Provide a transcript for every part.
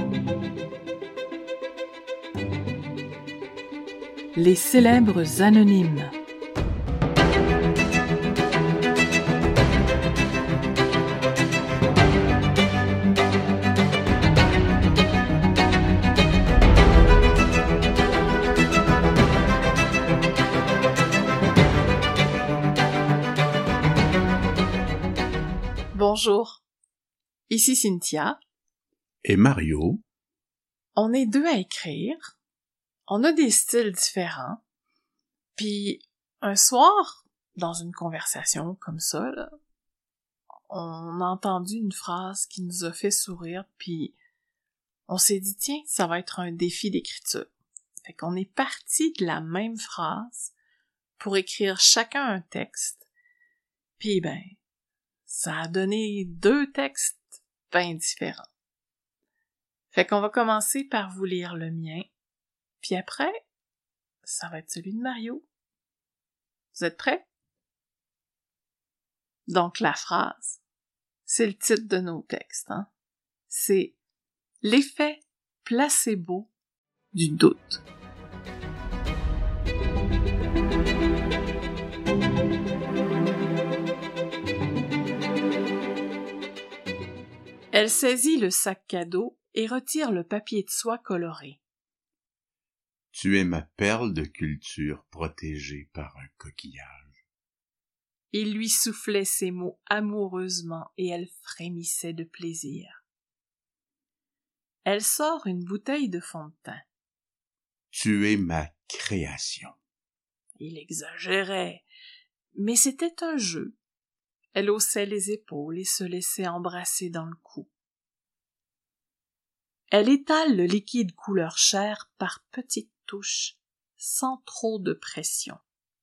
Les célèbres anonymes. Bonjour, ici Cynthia. Et Mario. On est deux à écrire. On a des styles différents. Puis, un soir, dans une conversation comme ça, là, on a entendu une phrase qui nous a fait sourire, puis on s'est dit, tiens, ça va être un défi d'écriture. Fait qu'on est parti de la même phrase pour écrire chacun un texte, puis ça a donné deux textes bien différents. Fait qu'on va commencer par vous lire le mien, puis après, ça va être celui de Mario. Vous êtes prêts? Donc la phrase, c'est le titre de nos textes, hein? C'est « L'effet placebo du doute ». Elle saisit le sac cadeau et retire le papier de soie coloré. Tu es ma perle de culture protégée par un coquillage. Il lui soufflait ces mots amoureusement et elle frémissait de plaisir. Elle sort une bouteille de fond de teint. Tu es ma création. Il exagérait, mais c'était un jeu. Elle haussait les épaules et se laissait embrasser dans le cou. Elle étale le liquide couleur chair par petites touches, sans trop de pression.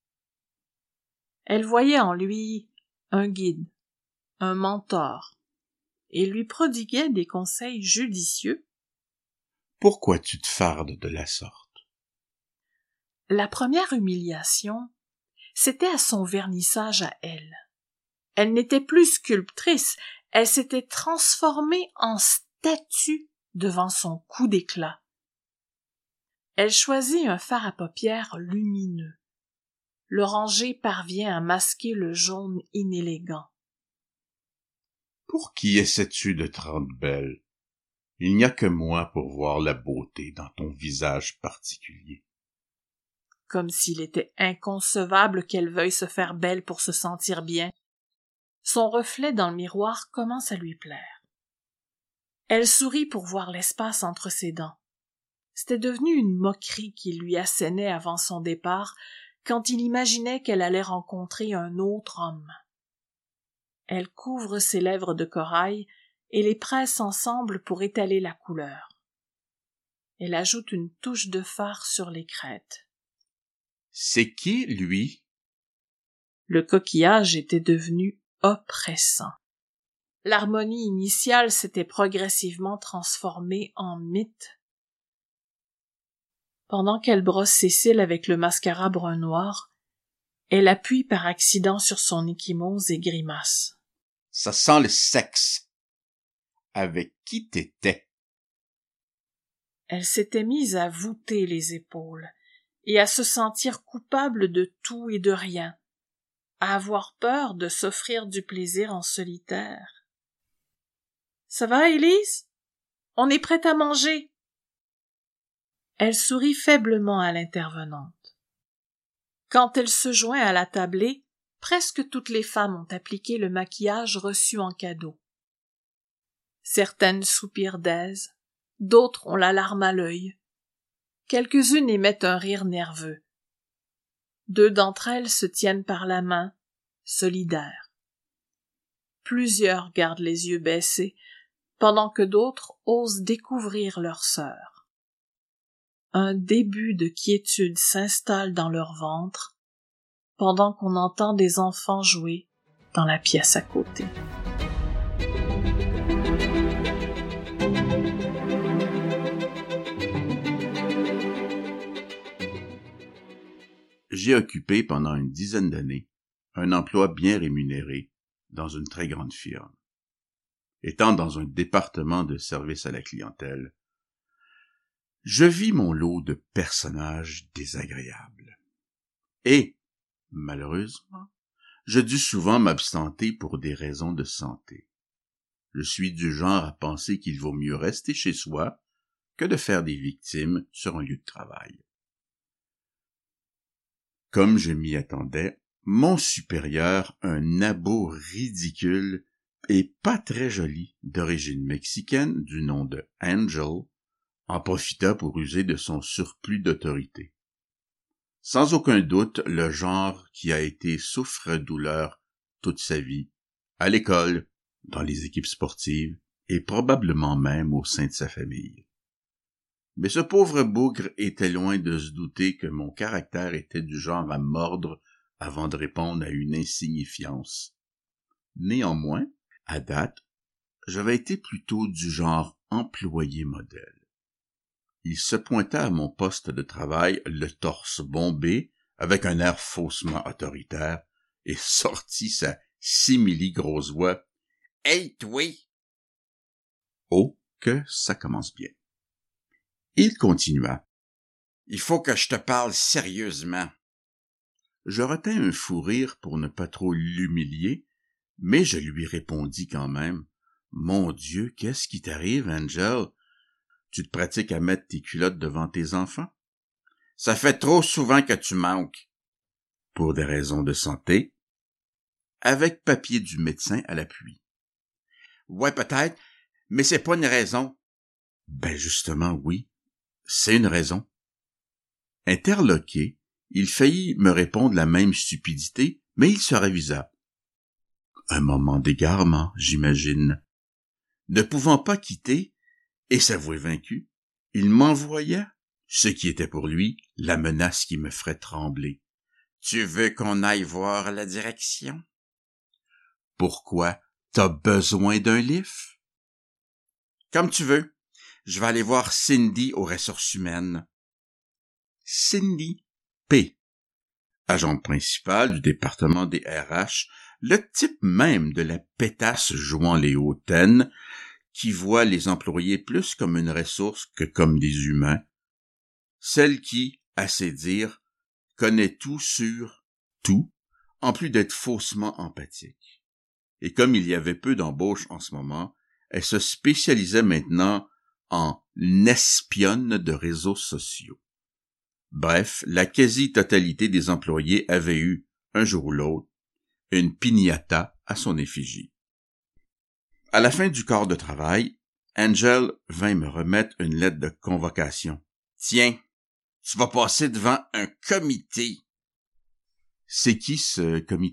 Elle voyait en lui un guide, un mentor, et lui prodiguait des conseils judicieux. Pourquoi tu te fardes de la sorte? La première humiliation, c'était à son vernissage à elle. Elle n'était plus sculptrice, elle s'était transformée en statue devant son coup d'éclat. Elle choisit un fard à paupières lumineux. L'oranger parvient à masquer le jaune inélégant. Pour qui essaies-tu de te rendre belle? Il n'y a que moi pour voir la beauté dans ton visage particulier. Comme s'il était inconcevable qu'elle veuille se faire belle pour se sentir bien. Son reflet dans le miroir commence à lui plaire. Elle sourit pour voir l'espace entre ses dents. C'était devenu une moquerie qui lui assénait avant son départ, quand il imaginait qu'elle allait rencontrer un autre homme. Elle couvre ses lèvres de corail et les presse ensemble pour étaler la couleur. Elle ajoute une touche de fard sur les crêtes. C'est qui, lui? Le coquillage était devenu oppressant. L'harmonie initiale s'était progressivement transformée en mythe. Pendant qu'elle brosse ses cils avec le mascara brun-noir, elle appuie par accident sur son ecchymose et grimace. Ça sent le sexe. Avec qui t'étais? Elle s'était mise à voûter les épaules et à se sentir coupable de tout et de rien, à avoir peur de s'offrir du plaisir en solitaire. « Ça va, Élise? On est prête à manger. » Elle sourit faiblement à l'intervenante. Quand elle se joint à la tablée, presque toutes les femmes ont appliqué le maquillage reçu en cadeau. Certaines soupirent d'aise, d'autres ont la larme à l'œil. Quelques-unes émettent un rire nerveux. Deux d'entre elles se tiennent par la main, solidaires. Plusieurs gardent les yeux baissés, pendant que d'autres osent découvrir leur sœur. Un début de quiétude s'installe dans leur ventre, pendant qu'on entend des enfants jouer dans la pièce à côté. J'ai occupé pendant une dizaine d'années un emploi bien rémunéré dans une très grande firme. Étant dans un département de service à la clientèle, Je vis mon lot de personnages désagréables. Et, malheureusement, je dus souvent m'absenter pour des raisons de santé. Je suis du genre à penser qu'il vaut mieux rester chez soi que de faire des victimes sur un lieu de travail. Comme je m'y attendais, mon supérieur, un nabo ridicule et pas très joli, d'origine mexicaine, du nom de Angel, en profita pour user de son surplus d'autorité. Sans aucun doute, le genre qui a été souffre-douleur toute sa vie, à l'école, dans les équipes sportives, et probablement même au sein de sa famille. Mais ce pauvre bougre était loin de se douter que mon caractère était du genre à mordre avant de répondre à une insignifiance. Néanmoins, à date, j'avais été plutôt du genre employé modèle. Il se pointa à mon poste de travail, le torse bombé, avec un air faussement autoritaire, et sortit sa simili-grosse voix. « Hey, toi! » Oh, que ça commence bien. Il continua. « Il faut que je te parle sérieusement. » Je retins un fou rire pour ne pas trop l'humilier, mais je lui répondis quand même. « Mon Dieu, qu'est-ce qui t'arrive, Angel? Tu te pratiques à mettre tes culottes devant tes enfants? Ça fait trop souvent que tu manques. » Pour des raisons de santé, avec papier du médecin à l'appui. « Ouais, peut-être, mais c'est pas une raison. » Ben justement, oui, c'est une raison. Interloqué, il faillit me répondre la même stupidité, mais il se ravisa. Un moment d'égarement, j'imagine. Ne pouvant pas quitter, et s'avouer vaincu, il m'envoya, ce qui était pour lui la menace qui me ferait trembler. « Tu veux qu'on aille voir la direction? »« Pourquoi? T'as besoin d'un lift? »« Comme tu veux. Je vais aller voir Cindy aux ressources humaines. » Cindy P., agente principale du département des RH, le type même de la pétasse jouant les hautaines, qui voit les employés plus comme une ressource que comme des humains, celle qui, à ses dires, connaît tout sur tout, en plus d'être faussement empathique. Et comme il y avait peu d'embauches en ce moment, elle se spécialisait maintenant en espionne de réseaux sociaux. Bref, la quasi-totalité des employés avait eu, un jour ou l'autre, une piñata à son effigie. À la fin du quart de travail, Angel vint me remettre une lettre de convocation. « Tiens, tu vas passer devant un comité. » « C'est qui ce comité-là? »«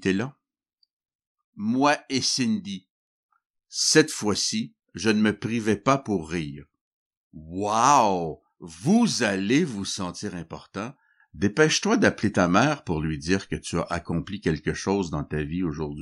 Moi et Cindy. » Cette fois-ci, je ne me privais pas pour rire. « Wow! Vous allez vous sentir important. Dépêche-toi d'appeler ta mère pour lui dire que tu as accompli quelque chose dans ta vie aujourd'hui. »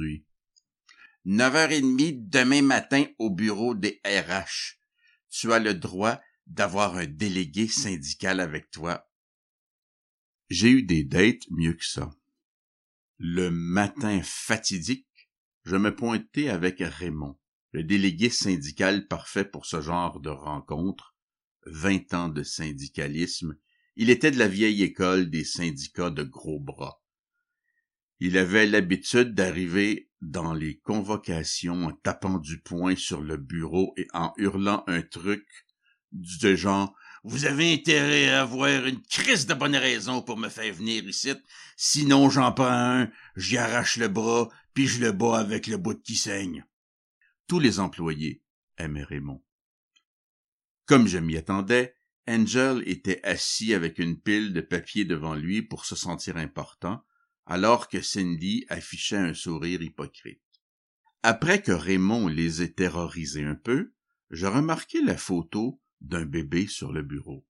9h30 demain matin au bureau des RH. Tu as le droit d'avoir un délégué syndical avec toi. J'ai eu des dates mieux que ça. Le matin fatidique, je me pointais avec Raymond, le délégué syndical parfait pour ce genre de rencontre. 20 ans de syndicalisme, il était de la vieille école des syndicats de gros bras. Il avait l'habitude d'arriver dans les convocations en tapant du poing sur le bureau et en hurlant un truc du genre « Vous avez intérêt à avoir une crise de bonne raison pour me faire venir ici, sinon j'en prends un, j'y arrache le bras, puis je le bats avec le bout qui saigne. » Tous les employés aimaient Raymond. Comme je m'y attendais, Angel était assis avec une pile de papier devant lui pour se sentir important, alors que Cindy affichait un sourire hypocrite. Après que Raymond les ait terrorisés un peu, je remarquai la photo d'un bébé sur le bureau.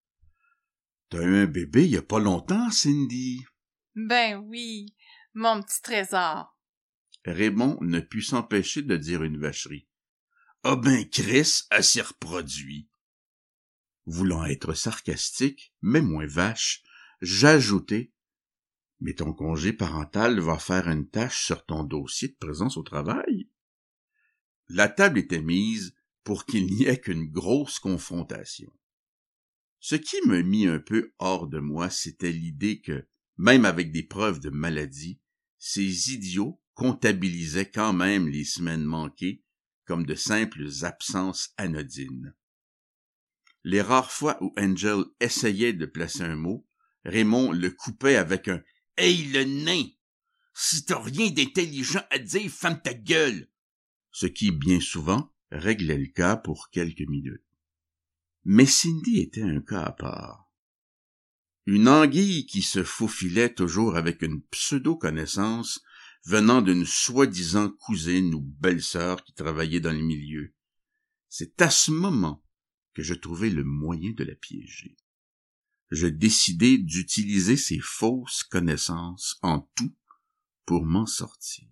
« T'as eu un bébé il y a pas longtemps, Cindy? »« Ben oui, mon petit trésor. » Raymond ne put s'empêcher de dire une vacherie. « Ah ben Chris, elle s'y reproduit. » Voulant être sarcastique, mais moins vache, j'ajoutai « Mais ton congé parental va faire une tache sur ton dossier de présence au travail. » La table était mise pour qu'il n'y ait qu'une grosse confrontation. Ce qui me mit un peu hors de moi, c'était l'idée que, même avec des preuves de maladie, ces idiots comptabilisaient quand même les semaines manquées comme de simples absences anodines. Les rares fois où Angel essayait de placer un mot, Raymond le coupait avec un « Hey, le nain! Si t'as rien d'intelligent à dire, ferme ta gueule! » Ce qui, bien souvent, réglait le cas pour quelques minutes. Mais Cindy était un cas à part. Une anguille qui se faufilait toujours avec une pseudo-connaissance venant d'une soi-disant cousine ou belle-sœur qui travaillait dans le milieu. C'est à ce moment que je trouvai le moyen de la piéger. Je décidai d'utiliser ces fausses connaissances en tout pour m'en sortir.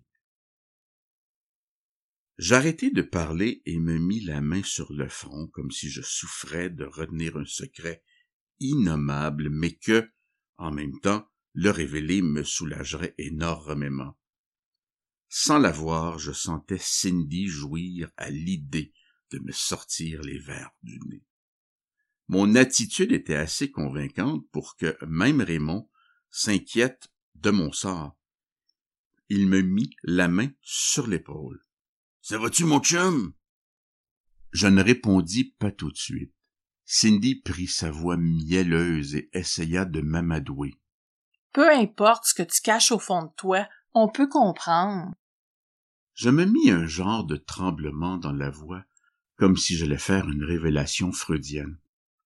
J'arrêtai de parler et me mis la main sur le front comme si je souffrais de retenir un secret innommable, mais que, en même temps, le révéler me soulagerait énormément. Sans la voir, je sentais Cindy jouir à l'idée de me sortir les vers du nez. Mon attitude était assez convaincante pour que même Raymond s'inquiète de mon sort. Il me mit la main sur l'épaule. « Ça va-tu, mon chum? » Je ne répondis pas tout de suite. Cindy prit sa voix mielleuse et essaya de m'amadouer. « Peu importe ce que tu caches au fond de toi, on peut comprendre. » Je me mis un genre de tremblement dans la voix, comme si j'allais faire une révélation freudienne.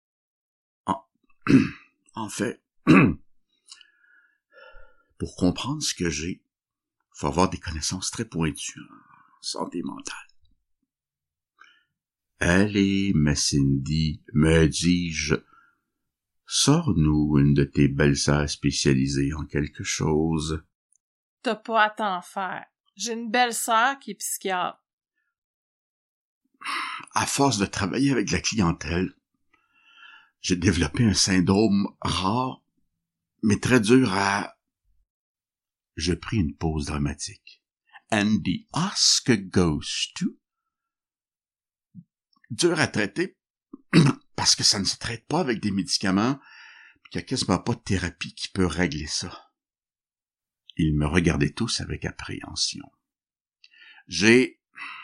En fait, pour comprendre ce que j'ai, faut avoir des connaissances très pointues en santé mentale. Allez, ma Cindy, me dis-je, sors-nous une de tes belles-sœurs spécialisées en quelque chose. T'as pas à t'en faire. J'ai une belle-sœur qui est psychiatre. À force de travailler avec la clientèle, j'ai développé un syndrome rare, mais très dur à... Je pris une pause dramatique. And the Oscar goes to... Dur à traiter, parce que ça ne se traite pas avec des médicaments, puis qu'il n'y a quasiment pas de thérapie qui peut régler ça. Ils me regardaient tous avec appréhension. J'ai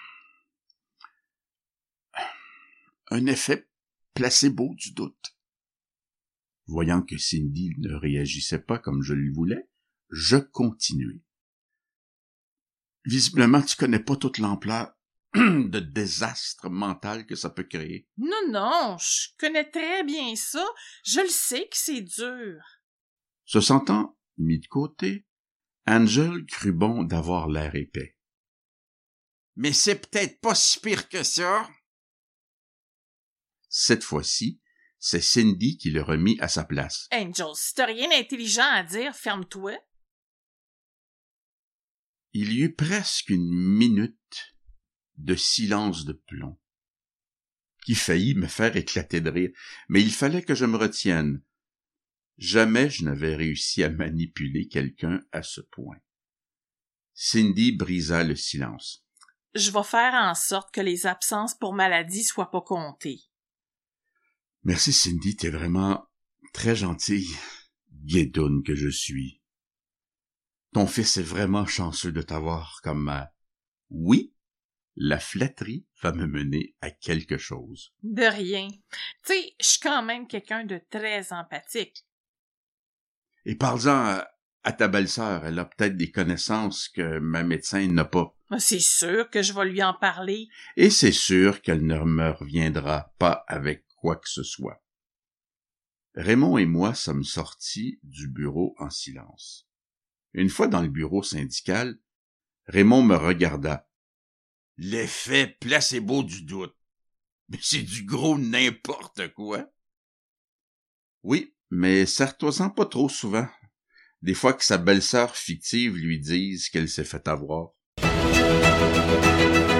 un effet placebo du doute. Voyant que Cindy ne réagissait pas comme je le voulais, je continuai. Visiblement, tu connais pas toute l'ampleur de désastre mental que ça peut créer. Non, je connais très bien ça. Je le sais que c'est dur. Se sentant mis de côté, Angel crut bon d'avoir l'air épais. Mais c'est peut-être pas si pire que ça. Cette fois-ci, c'est Cindy qui le remit à sa place. Angel, si t'as rien d'intelligent à dire, ferme-toi. Il y eut presque une minute de silence de plomb, qui faillit me faire éclater de rire, mais il fallait que je me retienne. Jamais je n'avais réussi à manipuler quelqu'un à ce point. Cindy brisa le silence. Je vais faire en sorte que les absences pour maladie soient pas comptées. Merci Cindy, t'es vraiment très gentille, guédoune que je suis. Ton fils est vraiment chanceux de t'avoir comme ma... Oui, la flatterie va me mener à quelque chose. De rien. Tu sais, je suis quand même quelqu'un de très empathique. Et parle-en à ta belle-sœur, elle a peut-être des connaissances que ma médecin n'a pas. C'est sûr que je vais lui en parler. Et c'est sûr qu'elle ne me reviendra pas avec quoi que ce soit. Raymond et moi sommes sortis du bureau en silence. Une fois dans le bureau syndical, Raymond me regarda. « L'effet placebo du doute. Mais c'est du gros n'importe quoi. » Oui, mais serre-toi-en pas trop souvent. Des fois que sa belle-sœur fictive lui dise qu'elle s'est fait avoir.